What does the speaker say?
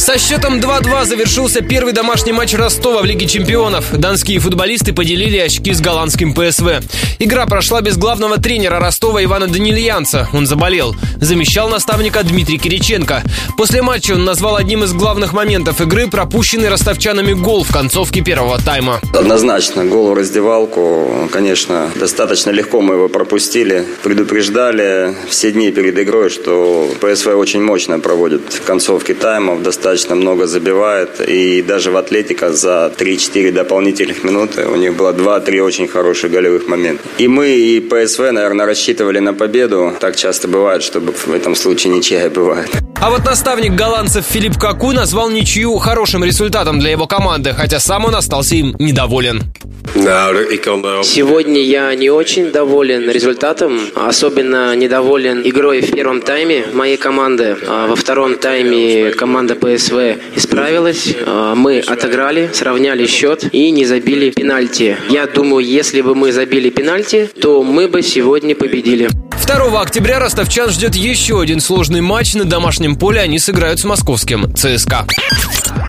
Со счетом 2-2 завершился первый домашний матч Ростова в Лиге чемпионов. Донские футболисты поделили очки с голландским ПСВ. Игра прошла без главного тренера Ростова Ивана Данильянца. Он заболел. Замещал наставника Дмитрий Кириченко. После матча он назвал одним из главных моментов игры пропущенный ростовчанами гол в концовке первого тайма. Однозначно, гол в раздевалку, конечно, достаточно легко мы его пропустили. Предупреждали все дни перед игрой, что ПСВ очень мощно проводит в концовке таймов, достаточно много забивает. И даже в Атлетико за 3-4 дополнительных минуты у них было 2-3 очень хороших голевых момента. И мы, и ПСВ, наверное, рассчитывали на победу. Так часто бывает, что в этом случае ничья бывает. А вот наставник голландцев Филипп Коку назвал ничью хорошим результатом для его команды, хотя сам он остался им недоволен. Сегодня я не очень доволен результатом, особенно недоволен игрой в первом тайме моей команды. Во втором тайме команда ПСВ исправилась, мы отыграли, сравняли счет и не забили пенальти. Я думаю, если бы мы забили пенальти, то мы бы сегодня победили. 2 октября ростовчан ждет еще один сложный матч на домашнем поле. Они сыграют с московским ЦСКА.